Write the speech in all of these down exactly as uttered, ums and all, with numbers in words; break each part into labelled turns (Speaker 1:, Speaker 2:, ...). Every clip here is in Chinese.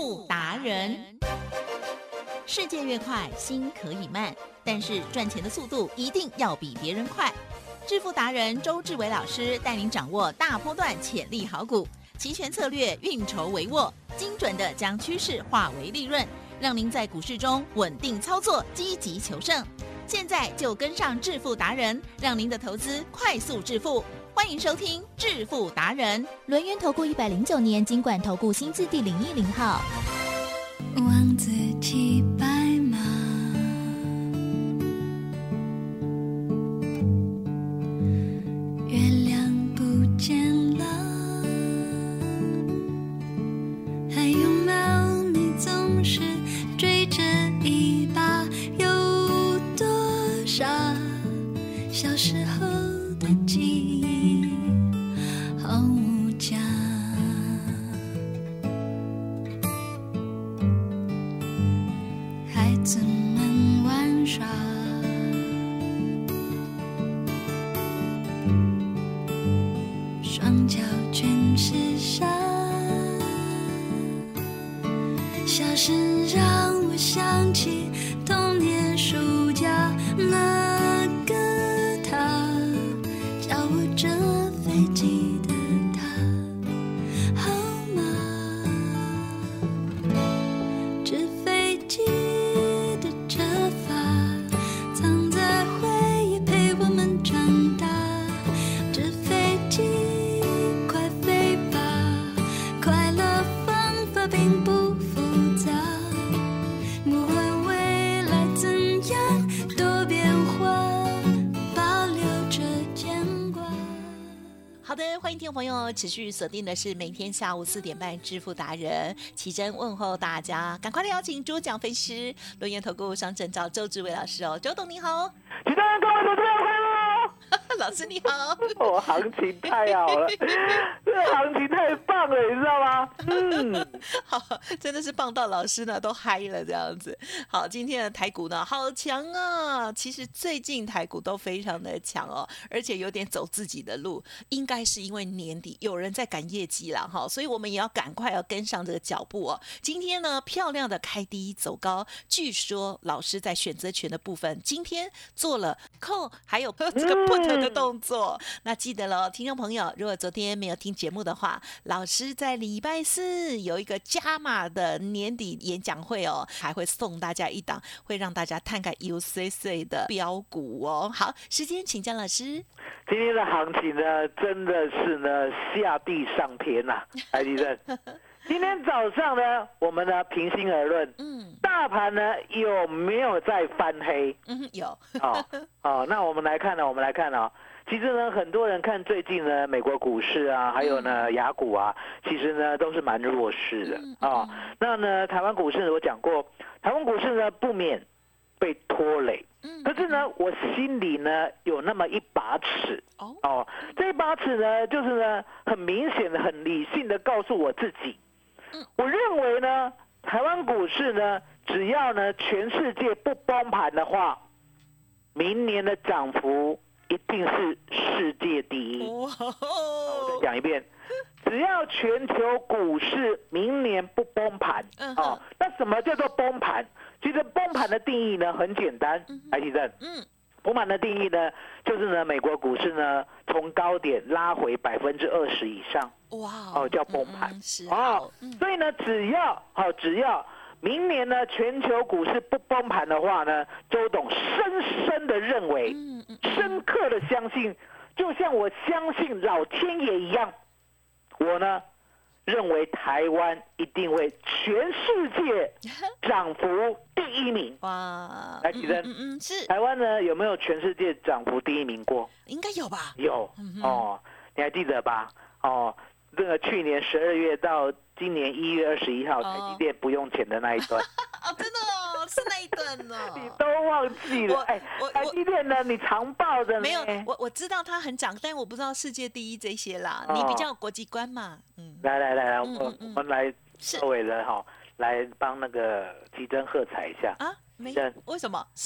Speaker 1: 富达人。世界越快，心可以慢，但是赚钱的速度一定要比别人快。致富达人周志伟老师带您掌握大波段潜力好股，期权策略运筹帷幄，精准的将趋势化为利润，让您在股市中稳定操作，积极求胜。现在就跟上致富达人，让您的投资快速致富。欢迎收听致富达人。
Speaker 2: 轮源投顾一百零九年金管投顾新字第零一零号。
Speaker 3: 王子骑白马，月亮不见了，还有没有你总是追着一把，有多少小时候的记忆好无价。孩子们玩耍，双脚全是沙，笑声让我想起童年暑假，那个他教我折飞机的他，好吗？纸飞机的折法，藏在回忆陪我们长大。纸飞机快飞吧，快乐方法并不复杂，不管未来怎样多变化，保留着牵挂。
Speaker 1: 好的，欢迎听众朋友持续锁定的是每天下午四点半致富达人，奇珍问候大家，赶快来邀请主讲分析师轮源投顾商证照周志伟老师哦，周董你好。
Speaker 4: 其他人各位投资者快乐！
Speaker 1: 老师你好。
Speaker 4: 我、哦、行情太好了，这个行情太棒了，你知道吗？嗯，
Speaker 1: 好，真的是棒到老师呢都嗨了这样子。好，今天的台股呢好强啊！其实最近台股都非常的强哦，而且有点走自己的路，应该是因为年底有人在赶业绩啦哈，所以我们也要赶快要跟上这个脚步哦。今天呢漂亮的开低走高，据说老师在选择权的部分今天做了 call 还有这个 put 的动作，嗯、那记得了，听众朋友，如果昨天没有听节目的话，老师在礼拜四有一个加码的年底演讲会哦，还会送大家一档会让大家探看 U C C 的标股哦。好，时间请教老师。
Speaker 4: 今天的行情呢，真的是呢下地上天呐、啊，台积电。今天早上呢，我们呢平心而论，嗯，大盘呢有没有在翻黑？
Speaker 1: 嗯，有。
Speaker 4: 哦哦，那我们来看呢，我们来看哦。其实呢，很多人看最近呢，美国股市啊，还有呢，亚股啊，其实呢都是蛮弱势的啊、哦。那呢，台湾股市我讲过，台湾股市呢不免被拖累，可是呢，我心里呢有那么一把尺哦，这一把尺呢，就是呢很明显的、很理性的告诉我自己，我认为呢，台湾股市呢，只要呢全世界不崩盘的话，明年的涨幅一定是世界第一。我再讲一遍，只要全球股市明年不崩盘，哦，那什么叫做崩盘？其实崩盘的定义呢很简单，来提正。嗯，崩盘的定义呢，就是呢美国股市呢从高点拉回百分之二十以上，哇，哦叫崩盘。嗯、是哦、嗯，所以呢只要好、哦、只要。明年呢，全球股市不崩盘的话呢，周董深深的认为，深刻的相信，就像我相信老天爷一样，我呢认为台湾一定会全世界涨幅第一名。哇！来，启真，嗯嗯是台湾呢有没有全世界涨幅第一名过？
Speaker 1: 应该有吧？
Speaker 4: 有、嗯、哦，你还记得吧？哦。这个去年十二月到今年一月二十一号，台积电不用钱的那一段，
Speaker 1: 哦，真的哦，是那一段哦，
Speaker 4: 你都忘记了？哎，台积电呢，你常报的
Speaker 1: 没有？我我知道它很涨，但我不知道世界第一这些啦。哦、你比较有国际观嘛？嗯，
Speaker 4: 来来来来，嗯、我我们来稍微的哈，来帮那个奇珍喝彩一下啊。
Speaker 1: 没为什么是？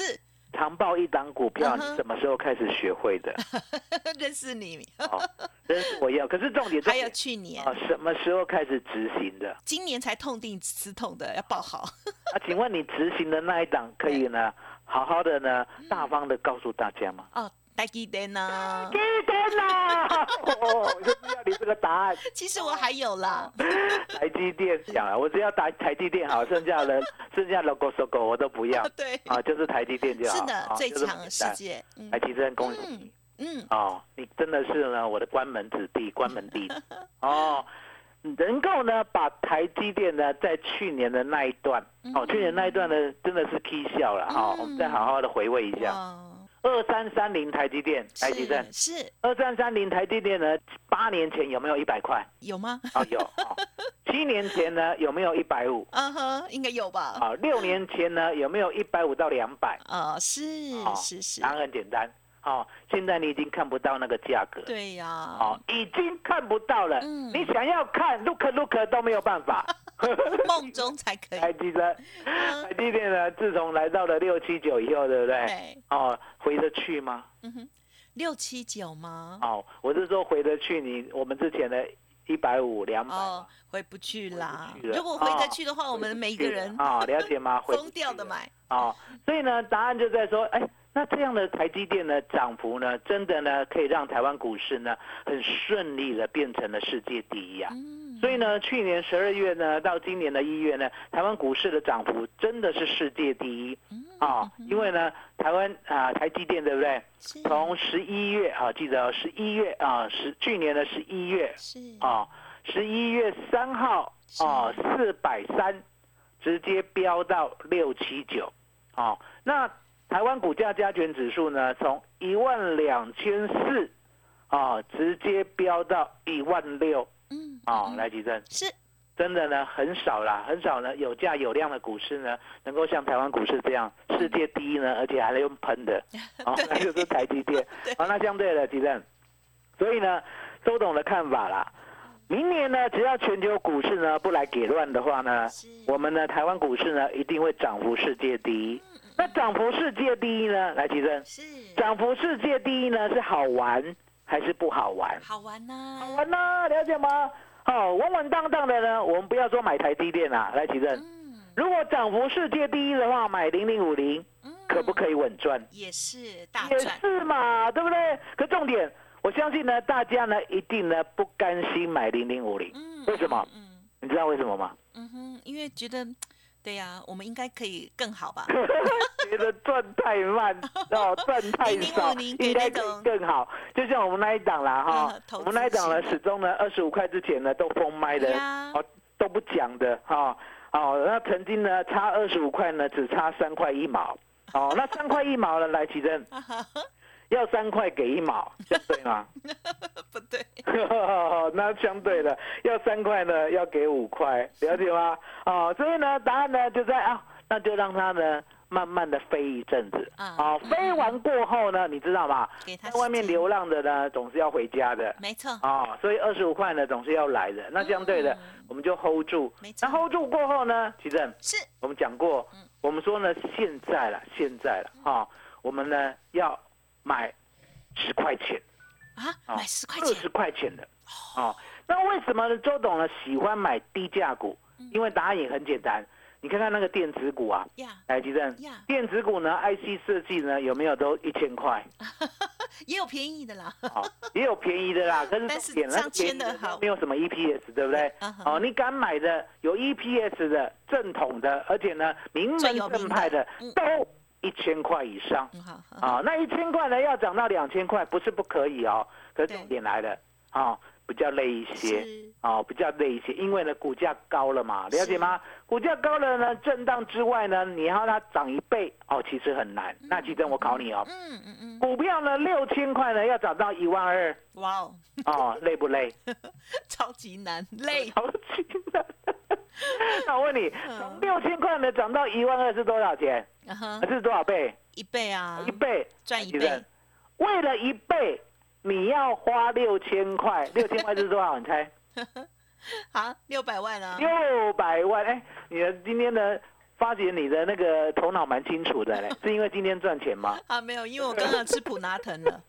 Speaker 4: 长报一档股票，
Speaker 1: 嗯哼
Speaker 4: 你什么时候开始学会的？
Speaker 1: 认识你，
Speaker 4: 哦，真是我要。可是重点重
Speaker 1: 还有
Speaker 4: 点
Speaker 1: 去年，
Speaker 4: 啊，什么时候开始执行的？
Speaker 1: 今年才痛定思痛的要报好。
Speaker 4: 啊，请问你执行的那一档可以呢，好好的呢，大方的告诉大家吗？
Speaker 1: 哦，台积电呢？
Speaker 4: 记得啦，哦，就是要你这个答案。
Speaker 1: 其实我还有啦，
Speaker 4: 台积电讲了，我只要打台积电好，剩下的剩下 logo logo 我都不要。
Speaker 1: 对，
Speaker 4: 啊，就是台积电就好。
Speaker 1: 是的，
Speaker 4: 啊
Speaker 1: 最
Speaker 4: 就这么简单
Speaker 1: 强世界。嗯
Speaker 4: 台积电恭喜你。
Speaker 1: 嗯，
Speaker 4: 哦，你真的是呢，我的关门子弟，关门弟子哦，能够呢把台积电呢在去年的那一段，哦，去年那一段呢真的是 K 笑了哈、哦，我们再好好的回味一下。
Speaker 1: 哇，
Speaker 4: 二三三零台积电，台积电
Speaker 1: 是是
Speaker 4: 二三三零台积电呢，八年前有没有一百块？
Speaker 1: 有吗？
Speaker 4: 哦，有。哦七年前呢有没有一百五？
Speaker 1: 嗯哼，应该有吧？
Speaker 4: 啊，六年前呢有没有一百五到两百？
Speaker 1: 啊，是
Speaker 4: 哦
Speaker 1: 是是
Speaker 4: 答，案很简单。哦，现在你已经看不到那个价格。
Speaker 1: 对呀。
Speaker 4: 哦，已经看不到了。
Speaker 1: 嗯
Speaker 4: 你想要看 look look 都没有办法。
Speaker 1: 梦中才可以。
Speaker 4: 台积电，台积电呢，自从来到了六七九以后，对不对？
Speaker 1: 对，
Speaker 4: 哦，回得去吗？
Speaker 1: 嗯哼，六七九吗？
Speaker 4: 哦，我是说回得去你我们之前的一百五、两百。
Speaker 1: 哦，回不去啦。
Speaker 4: 回不去了
Speaker 1: 如果回得去的话，我们每一个人
Speaker 4: 啊、哦，了解吗？回不去
Speaker 1: 疯掉的买。
Speaker 4: 哦，所以呢，答案就在说，哎，那这样的台积电呢，涨幅呢，真的呢，可以让台湾股市呢，很顺利的变成了世界第一啊。
Speaker 1: 嗯，
Speaker 4: 所以呢，去年十二月呢，到今年的一月呢，台湾股市的涨幅真的是世界第一啊、哦！因为呢，台湾啊、台积电对不对？
Speaker 1: 是
Speaker 4: 从十一月啊，记得十一月啊，十去年的十一月
Speaker 1: 是
Speaker 4: 啊，十一月三号啊，四百三，直接飙到六七九。哦，那台湾股价加权指数呢，从一万两千四啊，直接飙到一万六。
Speaker 1: 嗯
Speaker 4: 哦，来吉正，
Speaker 1: 是
Speaker 4: 真的呢很少啦，很少呢有价有量的股市呢，能够像台湾股市这样世界第一呢，而且还能用喷的，哦，那就是台积电。好、哦，那相对的吉正，所以呢，周董的看法啦，明年呢，只要全球股市呢不来给乱的话呢，我们呢台湾股市呢一定会涨幅世界第一。那涨幅世界第一呢，来吉正，
Speaker 1: 是
Speaker 4: 涨幅世界第一呢是好玩还是不好玩？
Speaker 1: 好玩呐，
Speaker 4: 好玩呐，了解吗？哦，稳稳当当的呢，我们不要说买台积电啦，来吉正。
Speaker 1: 嗯，
Speaker 4: 如果涨幅世界第一的话，买零零五零，可不可以稳赚？
Speaker 1: 也是大
Speaker 4: 也
Speaker 1: 赚，
Speaker 4: 是嘛，对不对？可重点，我相信呢，大家呢一定呢不甘心买零零五零，
Speaker 1: 嗯
Speaker 4: 为什么？
Speaker 1: 嗯
Speaker 4: 你知道为什么吗？
Speaker 1: 嗯哼，因为觉得，对呀，我们应该可以更好吧？
Speaker 4: 觉得赚太慢，哦，赚太少，
Speaker 1: 零零五零
Speaker 4: 应该可以更好。就像我们那一档啦，哈、
Speaker 1: 嗯投资
Speaker 4: 我们那一档呢，始终呢二十五块之前呢都封麦的，
Speaker 1: 呀
Speaker 4: 哦，都不讲的，哈、哦，那曾经呢差二十五块呢，只差三块一毛，哦，那三块一毛呢，来奇珍要三块给一毛，相对吗？
Speaker 1: 不对，
Speaker 4: 那相对的，要三块呢，要给五块，了解吗？哦，所以呢，答案呢就在啊，那就让它呢慢慢的飞一阵子，
Speaker 1: 啊
Speaker 4: 哦，飞完过后呢，你知道吗？
Speaker 1: 给他
Speaker 4: 在外面
Speaker 1: 时间
Speaker 4: 流浪的呢，总是要回家的。
Speaker 1: 没错，
Speaker 4: 哦，所以二十五块呢总是要来的，那相对的、
Speaker 1: 嗯
Speaker 4: 我们就 hold 住
Speaker 1: 没，错
Speaker 4: 那 hold 住过后呢，其正
Speaker 1: 是
Speaker 4: 我们讲过，
Speaker 1: 嗯
Speaker 4: 我们说呢现在了，现在了哈、哦，我们呢要买十块钱。
Speaker 1: 啊，
Speaker 4: 哦
Speaker 1: 买十块
Speaker 4: 二十
Speaker 1: 钱，
Speaker 4: 块钱的哦。那为什么呢？周董呢喜欢买低价股？
Speaker 1: 嗯
Speaker 4: 因为答案也很简单，你看看那个电子股啊，
Speaker 1: 呀，
Speaker 4: 来吉正
Speaker 1: 呀，
Speaker 4: 电子股呢 I C 设计呢有没有都一千块？
Speaker 1: 也有便宜的啦，
Speaker 4: 哦，也有便宜的啦，可是
Speaker 1: 但是
Speaker 4: 重点那个
Speaker 1: 上
Speaker 4: 便宜
Speaker 1: 千的好
Speaker 4: 没有什么 E P S， 对不对
Speaker 1: 嗯？哼
Speaker 4: 哦，你敢买的有 E P S 的正统的，而且呢名门
Speaker 1: 最有名的
Speaker 4: 正派的
Speaker 1: 嗯
Speaker 4: 都一千块以上。
Speaker 1: 嗯好，好
Speaker 4: 啊、那一千块呢要涨到两千块，不是不可以哦，可是
Speaker 1: 对
Speaker 4: 重点来了，啊、比较累一些，
Speaker 1: 是
Speaker 4: 哦，比较累一些，因为呢股价高了嘛，了解吗？股价高了呢，震荡之外呢，你要它涨一倍哦，其实很难。那其实我考你哦，
Speaker 1: 嗯嗯嗯，
Speaker 4: 股票呢六千块呢要涨到一万二，
Speaker 1: 哇哦，
Speaker 4: 哦，累不累？
Speaker 1: 超级难，累，
Speaker 4: 好气的。那我问你，从六千块呢涨到一万二是多少钱？
Speaker 1: 嗯哼，
Speaker 4: 是多少倍？
Speaker 1: 一倍啊
Speaker 4: 一，倍，
Speaker 1: 赚一倍
Speaker 4: 其实，为了一倍，你要花六千块，六千块是多少？你猜？
Speaker 1: 好，六百万啊，
Speaker 4: 六百万。哎，你的今天的发觉你的那个头脑蛮清楚的嘞，是因为今天赚钱吗？
Speaker 1: 啊，没有，因为我刚刚吃普拿疼了。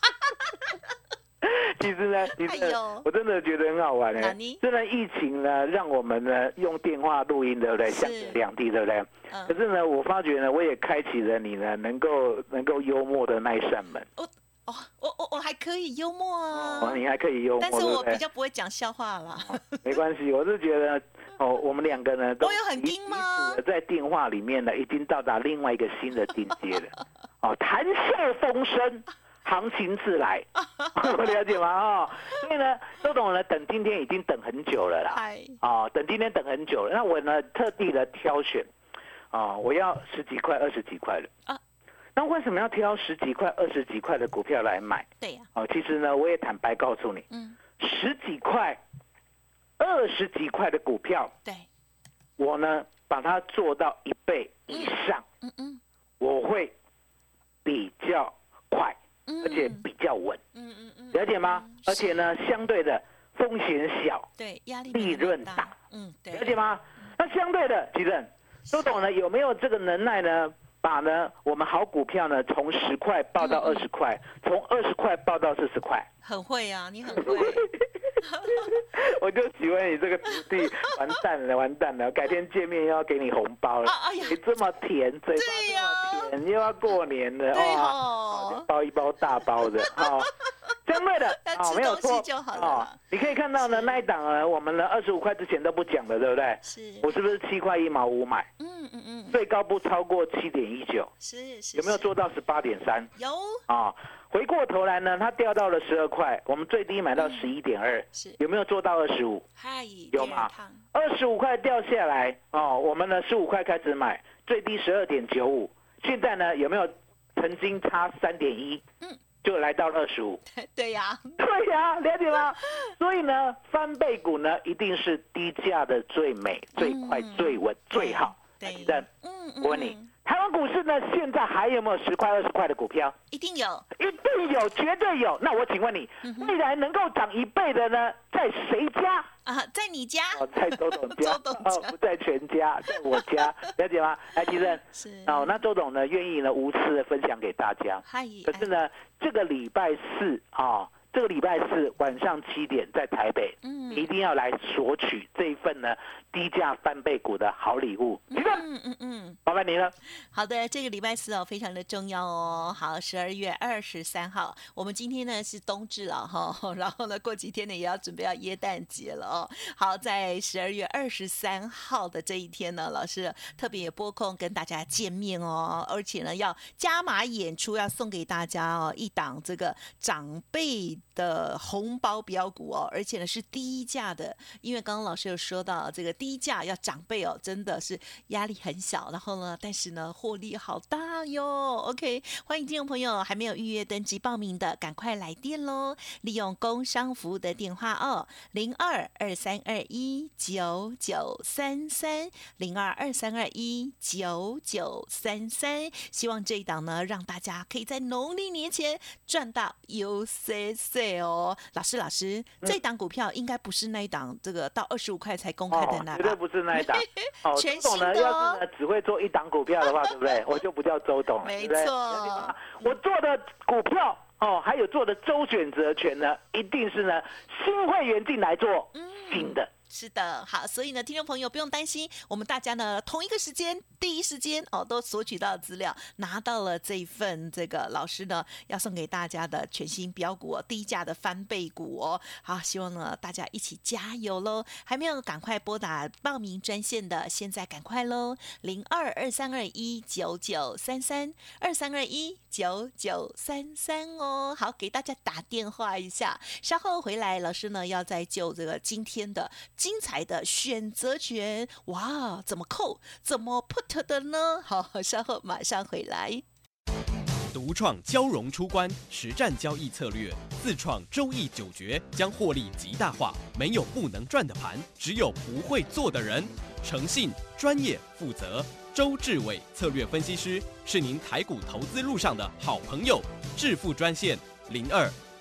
Speaker 4: 其实呢，其实、
Speaker 1: 哎呦
Speaker 4: 我真的觉得很好玩哎。虽然疫情呢，让我们呢用电话录音，对不对？相隔两地，对不对？嗯、可是呢，我发觉呢，我也开启了你呢能够能够幽默的那一扇门。
Speaker 1: 我哦，我我我还可以幽默啊！
Speaker 4: 哦，你还可以幽默，
Speaker 1: 但是我
Speaker 4: 对不对
Speaker 1: 比较不会讲笑话啦。
Speaker 4: 哦没关系，我是觉得哦，我们两个呢都
Speaker 1: 我有很硬吗？
Speaker 4: 在电话里面呢，已经到达另外一个新的境界了。哦，谈笑风生。行情自来，我了解吗？哦，所以呢，周董呢等今天已经等很久了啦，哦，等今天等很久了。那我呢特地的挑选，哦，我要十几块、二十几块的啊。那为什么要挑十几块、二十几块的股票来买？
Speaker 1: 对呀、
Speaker 4: 啊。哦，其实呢，我也坦白告诉你，嗯，十几块、二十几块的股票，
Speaker 1: 对，
Speaker 4: 我呢把它做到一倍以上，嗯嗯，我会比较快。而且比较稳，嗯嗯嗯，了解吗？而且呢，相对的风险小，
Speaker 1: 对，压力
Speaker 4: 利润大，
Speaker 1: 嗯，对，
Speaker 4: 了解吗？那相对的，其正，周董呢有没有这个能耐呢？把呢我们好股票呢从十块报到二十块，从二十块报到四十块，
Speaker 1: 很会啊，你很会。
Speaker 4: 我就喜欢你这个徒弟，完蛋了，完蛋了！改天见面又要给你红包了。
Speaker 1: 啊哎、
Speaker 4: 你这么甜，嘴巴这么甜，又要过年了，
Speaker 1: 哦，
Speaker 4: 包一包大包的，好、哦，相对的，
Speaker 1: 好、哦，没有错就好了、哦。
Speaker 4: 你可以看到呢，那一档呢，我们呢二十五块之前都不讲的，对不对？
Speaker 1: 是。
Speaker 4: 我是不是七块一毛五买？
Speaker 1: 嗯嗯嗯。
Speaker 4: 最高不超过七点一九。
Speaker 1: 是是。
Speaker 4: 有没有做到十八点三？
Speaker 1: 有。
Speaker 4: 啊、哦。回过头来呢，它掉到了十二块，我们最低买到十一点二，有没有做到二十五？有吗？二十五块掉下来哦，我们呢十五块开始买，最低十二点九五，现在呢有没有曾经差三点一？嗯，就来到了二十五。
Speaker 1: 对呀、啊，
Speaker 4: 对呀、啊，了解吗？所以呢，翻倍股呢一定是低价的最美、最快、嗯、最稳、最好。对，嗯，我问你。台湾股市呢，现在还有没有十块、二十块的股票？
Speaker 1: 一定有，
Speaker 4: 一定有，绝对有。那我请问你，嗯、未来能够涨一倍的呢，在谁家？
Speaker 1: 啊，在你家？
Speaker 4: 哦，在周董家，
Speaker 1: 周董家、
Speaker 4: 哦，不在全家，在我家，了解吗？来，其正是哦，那周董呢，愿意呢无私的分享给大家。可是呢，这个礼拜四啊。哦这个礼拜四晚上七点在台北，嗯，你一定要来索取这一份呢低价翻倍股的好礼物。嗯嗯嗯，麻烦你了。
Speaker 1: 好的，这个礼拜四哦，非常的重要哦。好，十二月二十三号，我们今天呢是冬至了哈，然后呢过几天呢也要准备要耶诞节了哦。好，在十二月二十三号的这一天呢，老师特别也拨空跟大家见面哦，而且呢要加码演出，要送给大家哦一档这个长辈的红包标股哦，而且呢是低价的，因为刚刚老师有说到这个低价要长辈哦，真的是压力很小，然后呢，但是呢获利好大哟。OK， 欢迎听众朋友还没有预约登记报名的，赶快来电喽！利用工商服务的电话哦，零二二三二一九九三三零二二三二一九九三三，希望这一档呢让大家可以在农历年前赚到 U C C。哦，老师，老师，这一档股票应该不是那一档，这个到二十五块才公开的那档，
Speaker 4: 绝对不是那一档。
Speaker 1: 哦，全新的哦。
Speaker 4: 要是呢只会做一档股票的话，对不对？我就不叫周董了，
Speaker 1: 没错。
Speaker 4: 我做的股票哦，还有做的周选择权呢，一定是呢新会员进来做新的。嗯
Speaker 1: 是的，好，所以呢，听众朋友不用担心，我们大家呢同一个时间、第一时间哦，都索取到资料，拿到了这一份这个老师呢要送给大家的全新标股哦，低价的翻倍股哦，好，希望呢大家一起加油喽！还没有赶快拨打报名专线的，现在赶快喽，零二二三二一九九三三二三二一九九三三哦，好，给大家打电话一下，稍后回来，老师呢要再就这个今天的。精彩的选择权，哇，怎么扣，怎么 put 的呢？好，稍后马上回来。
Speaker 5: 独创交融出关实战交易策略，自创周易九诀，将获利极大化。没有不能赚的盘，只有不会做的人。诚信、专业、负责，周志伟策略分析师是您台股投资路上的好朋友。致富专线零二二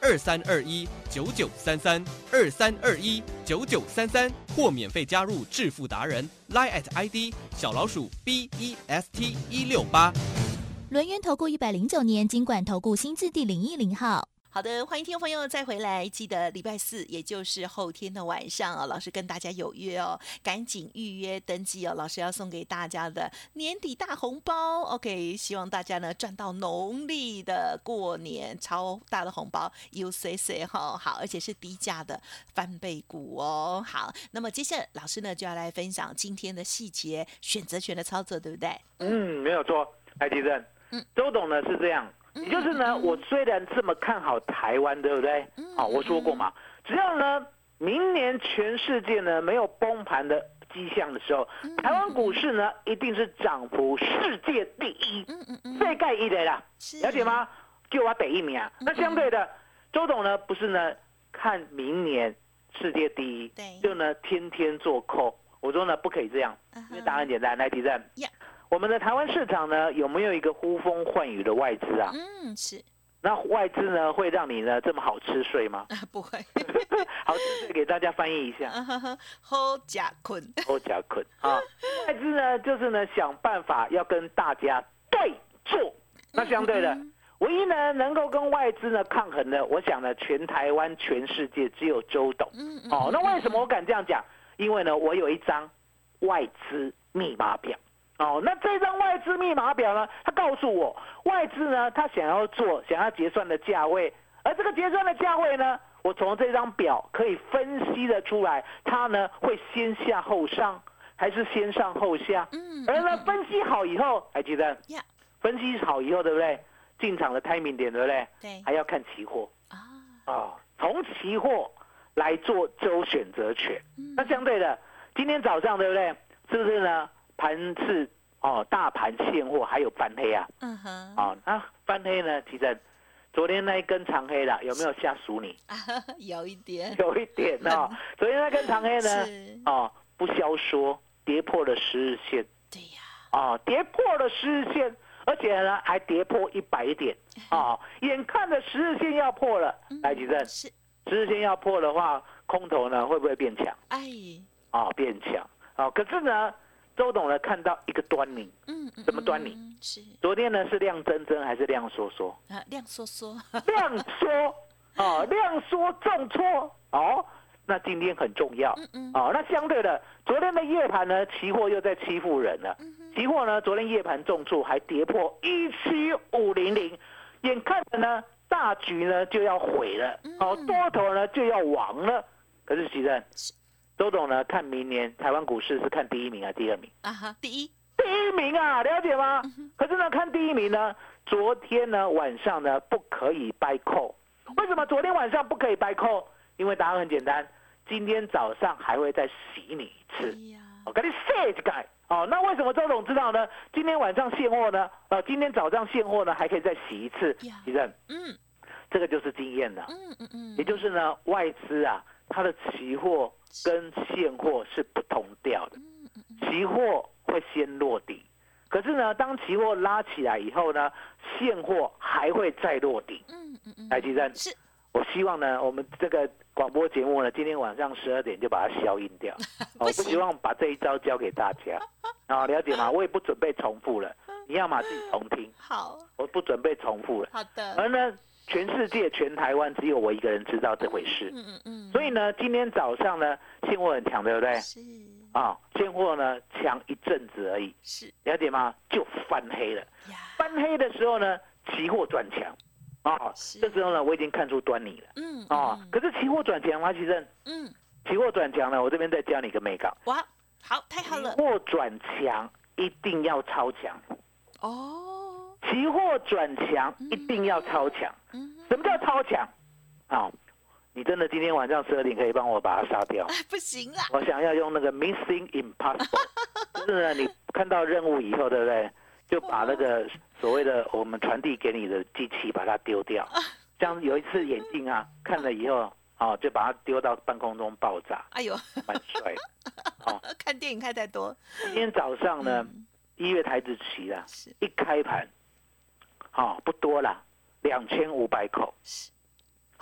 Speaker 5: 二三二一九九三三二三二一九九三三，或免费加入致富达人 Line at I D 小老鼠 B E S T 一六八。
Speaker 2: 轮源投顾一百零九年金管投顾新字第零一零号。
Speaker 1: 好的，欢迎听众朋友再回来，记得礼拜四，也就是后天的晚上哦，老师跟大家有约哦，赶紧预约登记哦，老师要送给大家的年底大红包 ，OK， 希望大家呢赚到农历的过年超大的红包 ，U C C 哈，好，而且是低价的翻倍股哦，好，那么接下来老师呢就要来分享今天的细节选择权的操作，对不对？
Speaker 4: 嗯，没有错，来提正，嗯，周董呢是这样。也就是呢，我虽然这么看好台湾，对不对？好，我说过嘛，只要呢明年全世界呢没有崩盘的迹象的时候，台湾股市呢一定是涨幅世界第一，世界一的啦，了解吗？就我第一名啊。那相对的，周董呢不是呢看明年世界第一，就呢天天做空。我说呢不可以这样，因为答案很简单，来提正。我们的台湾市场呢，有没有一个呼风唤雨的外资啊？
Speaker 1: 嗯，是。
Speaker 4: 那外资呢，会让你呢这么好吃睡吗？
Speaker 1: 啊，不会。
Speaker 4: 好吃睡，给大家翻译一下。
Speaker 1: 好假困，
Speaker 4: 好假困啊！外资呢，就是呢想办法要跟大家对坐。那相对的，唯一呢能够跟外资呢抗衡的，我想呢，全台湾、全世界只有周董。哦，那为什么我敢这样讲？因为呢，我有一张外资密码表。哦，那这张外资密码表呢？它告诉我，外资呢，它想要做、想要结算的价位，而这个结算的价位呢，我从这张表可以分析得出来，它呢会先下后上，还是先上后下？嗯，而呢分析好以后，还记得？分析好以后，对不对？进场的 timing 点，对不对？对，还要看期货啊。哦，从期货来做周选择权。那相对的，今天早上，对不对？是不是呢？盘是哦，大盘现货还有翻黑啊，嗯哼，哦，那翻黑呢？其实昨天那一根长黑了，有没有吓死你？
Speaker 1: 有一点，
Speaker 4: 有一点哦。昨天那根长黑呢？哦，不消说，跌破了十日线。
Speaker 1: 对呀，
Speaker 4: 哦，跌破了十日线，而且呢还跌破一百点。哦，眼看着十日线要破了，来举证，是十日线要破的话，空头呢会不会变强？哎，哦，变强。哦，可是呢？周董呢看到一个端倪，嗯，什么端倪？是昨天呢是亮真真还是亮缩缩？
Speaker 1: 啊，亮缩缩，
Speaker 4: 亮缩，哦，亮缩重挫，哦，那今天很重要，嗯嗯，哦，那相对的，昨天的夜盘呢，期货又在欺负人了，期货呢昨天夜盘重挫，还跌破一七五零零，眼看着呢大局呢就要毁了，哦，多头呢就要亡了，可是其实。周董呢，看明年台湾股市是看第一名还是第二名？
Speaker 1: 啊哈，第一，
Speaker 4: 第一名啊，了解吗？嗯、可是呢，看第一名呢，昨天呢晚上呢不可以掰扣，为什么昨天晚上不可以掰扣？因为答案很简单，今天早上还会再洗你一次。我跟你说一个哦，那为什么周董知道呢？今天晚上现货呢，呃，今天早上现货呢还可以再洗一次，其实，嗯，这个就是经验了，嗯嗯嗯，也就是呢外资啊。它的期货跟现货是不同调的，期货会先落底，可是呢，当期货拉起来以后呢，现货还会再落底。嗯嗯嗯，来，吉珍，是，我希望呢，我们这个广播节目呢，今天晚上十二点就把它消音掉。我不希望把这一招教给大家，啊，了解吗？我也不准备重复了，你要嘛自己重听。
Speaker 1: 好，
Speaker 4: 我不准备重复了。
Speaker 1: 好的。
Speaker 4: 而呢？全世界、全台湾只有我一个人知道这回事，嗯嗯嗯。所以呢，今天早上呢，现货很强，对不对？是。啊，现货呢强一阵子而已，是，了解吗？就翻黑了。翻黑的时候呢，期货转强，啊，这时候呢，我已经看出端倪了。嗯。啊，可是期货转强吗？其实，嗯，期货转强呢，我这边再教你一个美感。
Speaker 1: 哇，好，太好了。
Speaker 4: 期货转强一定要超强。哦。期货转强一定要超强。什么叫超强？啊，你真的今天晚上十二点可以帮我把它杀掉？
Speaker 1: 不行啦！
Speaker 4: 我想要用那个 Missing Impossible， 就是呢，你看到任务以后，对不对？就把那个所谓的我们传递给你的机器把它丢掉。像有一次眼镜啊，看了以后，哦，就把它丢到半空中爆炸。哎呦，蛮帅的。
Speaker 1: 哦，看电影看太多。
Speaker 4: 今天早上呢，一月台指期啦，一开盘，好、哦、不多啦。两千五百口，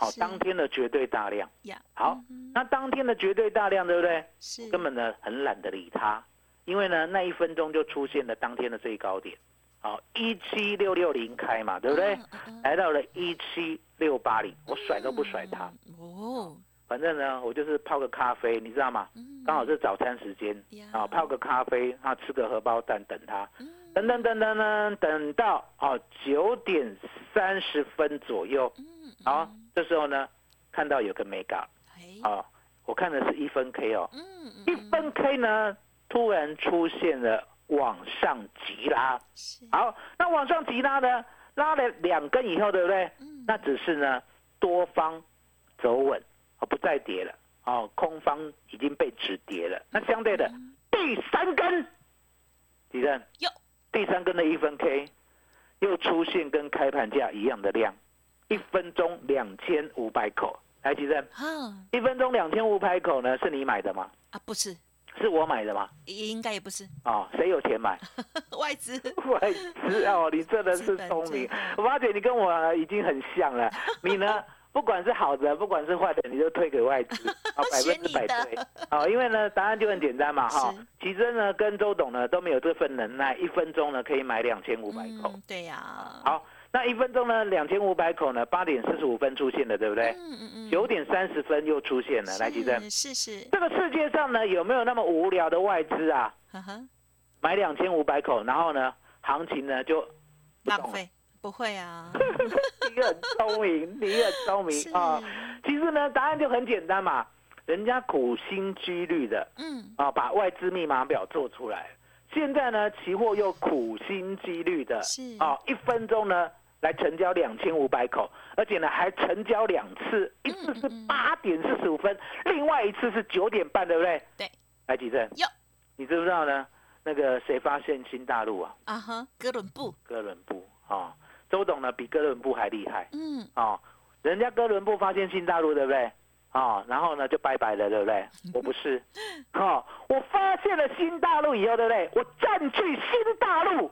Speaker 4: 好，当天的绝对大量。
Speaker 1: 呀，
Speaker 4: 好，那当天的绝对大量，对不对？
Speaker 1: 是
Speaker 4: 根本呢很懒得理它，因为呢那一分钟就出现了当天的最高点。好，一七六六零开嘛，对不对？
Speaker 1: 嗯嗯
Speaker 4: 来到了一七六八零，我甩都不甩它。
Speaker 1: 哦，
Speaker 4: 反正呢，我就是泡个咖啡，你知道吗？
Speaker 1: 嗯
Speaker 4: 刚好是早餐时间
Speaker 1: 呀
Speaker 4: 啊，泡个咖啡，啊，吃个荷包蛋等它，
Speaker 1: 嗯
Speaker 4: 等等等等等，等到哦九点三十分左右，
Speaker 1: 嗯
Speaker 4: 好，这时候呢看到有个 mega，
Speaker 1: 哎，
Speaker 4: 啊，我看的是一分 K 哦，
Speaker 1: 嗯嗯
Speaker 4: 一分 K 呢突然出现了往上急拉，
Speaker 1: 是
Speaker 4: 好，那往上急拉呢，拉了两根以后，对不对？
Speaker 1: 嗯
Speaker 4: 那只是呢多方走稳，哦不再跌了，哦空方已经被止跌了。那相对的第三根，地震
Speaker 1: 哟，
Speaker 4: 第三根的一分 K 又出现跟开盘价一样的量，一分钟两千五百口。来，地震，
Speaker 1: 哈
Speaker 4: 一分钟两千五百口呢，是你买的吗？
Speaker 1: 啊，不是，
Speaker 4: 是我买的吗？
Speaker 1: 应该也不是
Speaker 4: 哦，谁有钱买？
Speaker 1: 外资，
Speaker 4: 外资哦，你真的是聪明。我发觉你跟我已经很像了。你呢，不管是好的，不管是坏的，你就推给外资，啊，百分之百对。哦，因为呢，答案就很简单嘛，哈。奇珍呢跟周董呢都没有这份能耐，一分钟呢可以买两千五百口。
Speaker 1: 嗯，对呀。
Speaker 4: 好，那一分钟呢两千五百口呢，八点四十五分出现的，对不对？
Speaker 1: 嗯嗯嗯。
Speaker 4: 九点三十分又出现了，来，奇珍。
Speaker 1: 是是。
Speaker 4: 这个世界上呢有没有那么无聊的外资啊？
Speaker 1: 呵呵。
Speaker 4: 买两千五百口，然后呢，行情呢就
Speaker 1: 浪费，不会啊。
Speaker 4: 你很聪明，你很聪明啊、哦！其实呢，答案就很简单嘛，人家苦心积虑的，
Speaker 1: 嗯
Speaker 4: 啊、哦，把外资密码表做出来。现在呢，期货又苦心积虑的，
Speaker 1: 是
Speaker 4: 啊、哦，一分钟呢来成交两千五百口，而且呢还成交两次，一次是八点四十五分，另外一次是九点半，对不对？
Speaker 1: 对。
Speaker 4: 来，吉正，
Speaker 1: 哟，
Speaker 4: 你知不知道呢？那个谁发现新大陆啊？
Speaker 1: 啊哈，哥伦布。
Speaker 4: 哥伦布啊、哦，周董呢比哥伦布还厉害。
Speaker 1: 嗯。
Speaker 4: 啊、哦，人家哥伦布发现新大陆，对不对？啊、哦，然后呢就拜拜了，对不对？我不是，哦，我发现了新大陆以后，对不对？我占据新大陆。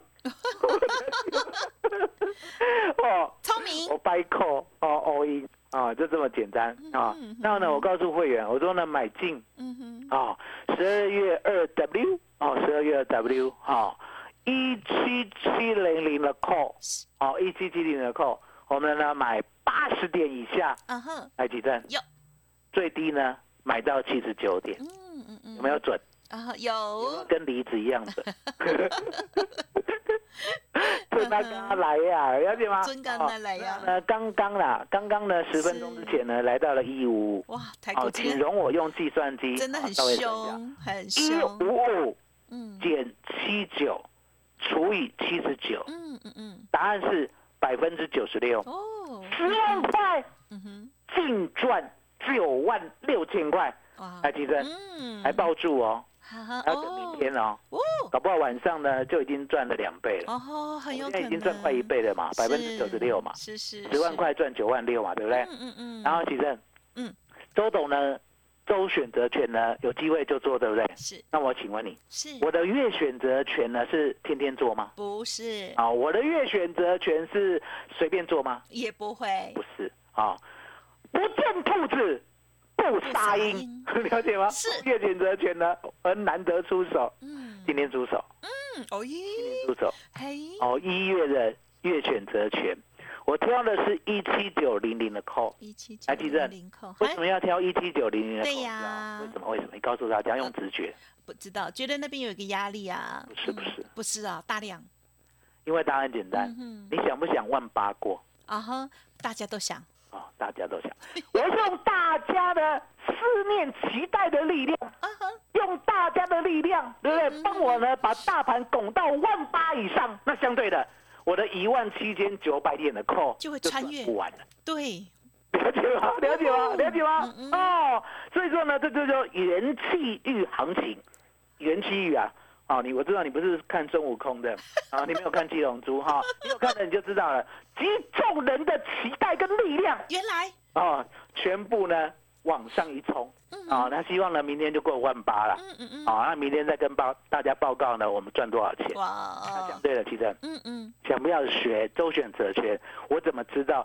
Speaker 4: 哦，
Speaker 1: 聪明。
Speaker 4: 我 buy call 哦 all in 啊，就这么简单啊。然后呢，我告诉会员，我说呢买进，
Speaker 1: 嗯哼，
Speaker 4: 啊，十二月二 W 哦，十二月二 W 哈，一七七零零的 call， 哦，一七七零的 call， 我们呢买八十点以下，
Speaker 1: 啊哈，
Speaker 4: 来几阵？
Speaker 1: 有，
Speaker 4: 最低呢买到七十九点，
Speaker 1: 嗯嗯嗯，
Speaker 4: 有没有准？
Speaker 1: 啊，有，
Speaker 4: 跟梨子一样准。准他刚刚来呀，了解吗？
Speaker 1: 准刚刚来呀。
Speaker 4: 呃，刚刚啦，刚刚呢，十分钟之前呢，来到了一五五。
Speaker 1: 哇，台股
Speaker 4: 请容我用计算机，
Speaker 1: 真的很凶，很凶。
Speaker 4: 一五五，
Speaker 1: 嗯，
Speaker 4: 减七九，除以七十九，
Speaker 1: 嗯嗯嗯，
Speaker 4: 答案是百分之九十六。
Speaker 1: 哦，
Speaker 4: 十万块，
Speaker 1: 嗯哼，
Speaker 4: 净赚九万六千块。
Speaker 1: 哇，
Speaker 4: 来，吉珍，
Speaker 1: 嗯，
Speaker 4: 还抱住哦。
Speaker 1: 还
Speaker 4: 要等明天哦，
Speaker 1: 哦，
Speaker 4: 搞不好晚上呢就已经赚了两倍了。
Speaker 1: 哦，很有可能。
Speaker 4: 现在已经赚快一倍了嘛，百分之九十六嘛，
Speaker 1: 是是，
Speaker 4: 十万块赚九万六嘛，对不对？
Speaker 1: 嗯嗯嗯。
Speaker 4: 然后其实，
Speaker 1: 嗯，
Speaker 4: 周董呢，周选择权呢有机会就做，对不对？
Speaker 1: 是。
Speaker 4: 那我请问你，
Speaker 1: 是
Speaker 4: 我的月选择权呢是天天做吗？
Speaker 1: 不是。
Speaker 4: 啊，我的月选择权是随便做吗？
Speaker 1: 也不会。
Speaker 4: 不是啊，不见兔子。不杀鹰，了解吗？
Speaker 1: 是
Speaker 4: 月选择权呢，很难得出手。
Speaker 1: 嗯，
Speaker 4: 今天出手。
Speaker 1: 嗯，哦耶，
Speaker 4: 今天出手。
Speaker 1: 嘿，
Speaker 4: 哦，一月的月选择权，我挑的是一七九零零的 call。
Speaker 1: 一七九零零 call，
Speaker 4: 为什么要挑一七九零零的 call？
Speaker 1: 对呀，
Speaker 4: 为什么？为什么？你告诉大家，用直觉。
Speaker 1: 不知道，觉得那边有一个压力啊。
Speaker 4: 不是不是
Speaker 1: 不是啊，大量。
Speaker 4: 因为答案简单，你想不想万八过？
Speaker 1: 啊哈，大家都想。
Speaker 4: 哦，大家都想。我用大家的思念、期待的力量，用大家的力量，对不对？帮我呢，把大盘拱到万八以上。那相对的，我的一万七千九百点的 call
Speaker 1: 就会穿越
Speaker 4: 不完了。
Speaker 1: 对，
Speaker 4: 了解吗？了解吗？了解吗？哦，所以说呢，这就叫元气玉行情，元气玉啊。哦，你我知道你不是看孙悟空的啊，你没有看七龙珠哈，你有看的你就知道了，集众人的期待跟力量，
Speaker 1: 原来
Speaker 4: 哦，全部呢往上一冲啊，那希望呢明天就过万八了，
Speaker 1: 嗯嗯嗯，
Speaker 4: 啊，那明天再跟报大家报告呢，我们赚多少钱？
Speaker 1: 哇，
Speaker 4: 那讲对了，其实，
Speaker 1: 嗯嗯，
Speaker 4: 想不要学周选择权，我怎么知道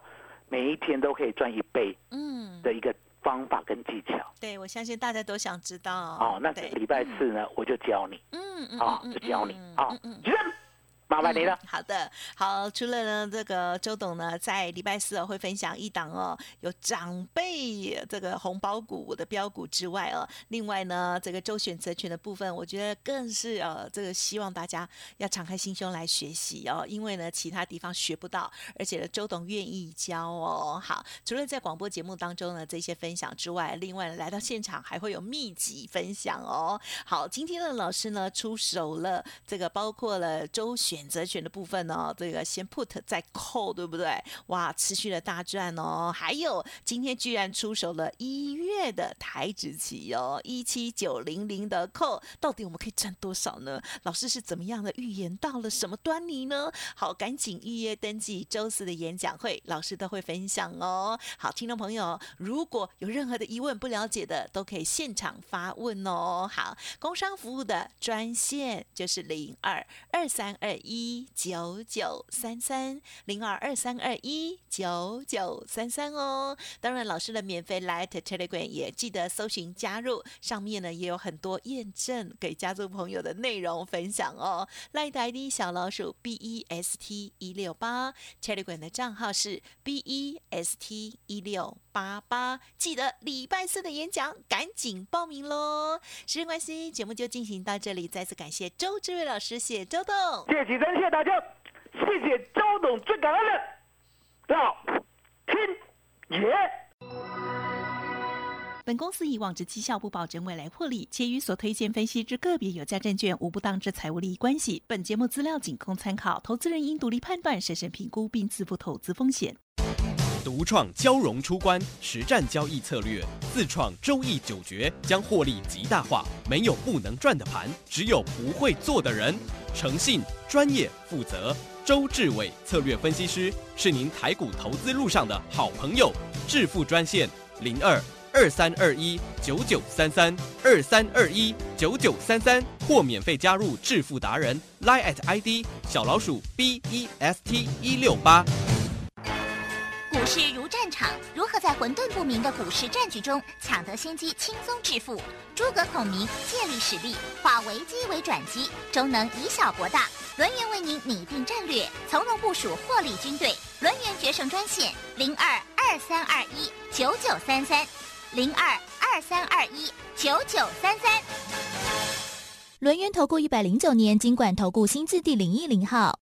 Speaker 4: 每一天都可以赚一倍
Speaker 1: 嗯，
Speaker 4: 的一个方法跟技巧。
Speaker 1: 对，我相信大家都想知道
Speaker 4: 哦，那
Speaker 1: 对
Speaker 4: 礼拜四呢，我就教你，
Speaker 1: 嗯嗯
Speaker 4: 啊，
Speaker 1: 嗯
Speaker 4: 就教你
Speaker 1: 嗯，
Speaker 4: 啊
Speaker 1: 嗯嗯，
Speaker 4: 主任，麻烦你了。
Speaker 1: 嗯好的，好，除了呢，这个周董呢，在礼拜四哦会分享一档哦，有长辈这个红包股的标股之外哦，另外呢，这个周选择权的部分，我觉得更是呃，这个希望大家要敞开心胸来学习哦，因为呢，其他地方学不到，而且呢，周董愿意教哦。好，除了在广播节目当中呢这些分享之外，另外来到现场还会有秘籍分享哦。好，今天的老师呢出手了，这个包括了周选择权的部分哦，这个先 put 再 call， 对不对？哇，持续的大赚哦。还有今天居然出手了一月的台指期哦，一七九零零的 call， 到底我们可以赚多少呢？老师是怎么样的预言到了什么端倪呢？好，赶紧预约登记周四的演讲会，老师都会分享哦。好，听众朋友，如果有任何的疑问不了解的，都可以现场发问哦。好，工商服务的专线就是零二二三二一九九三三零二二三二一九九三三哦。当然，老师的免费 Light Telegram 也记得搜寻加入，上面呢也有很多验证给家族朋友的内容分享哦。Light I D 小老鼠 B E S T 一六八 Telegram 的账号是 B E S T 一六八八，记得礼拜四的演讲赶紧报名喽。时间关系，节目就进行到这里，再次感谢周志伟老师，谢谢周董，
Speaker 4: 谢谢启真，谢谢大家，谢谢周董，最感恩的老天爷。
Speaker 1: 本公司以往之绩效不保证未来获利，且与所推荐分析之个别有价证券无不当之财务利益关系。本节目资料仅供参考，投资人应独立判断、审慎评估并自负投资风险。
Speaker 5: 独创交融出关实战交易策略，自创周易九诀，将获利极大化。没有不能赚的盘，只有不会做的人。诚信、专业、负责。周志伟策略分析师是您台股投资路上的好朋友。致富专线零二二三二一九九三三二三二一九九三三，或免费加入致富达人 Line at I D 小老鼠 B E S T 一六八。
Speaker 2: 股市如战场，如何在混沌不明的股市战局中抢得先机，轻松致富？诸葛孔明借力使力，化危机为转机，终能以小博大。轮源为您拟定战略，从容部署获利军队。轮源决胜专线零二二三二一九九三三零二二三二一九九三三。轮源投顾一百零九年金管投顾新字第零一零号。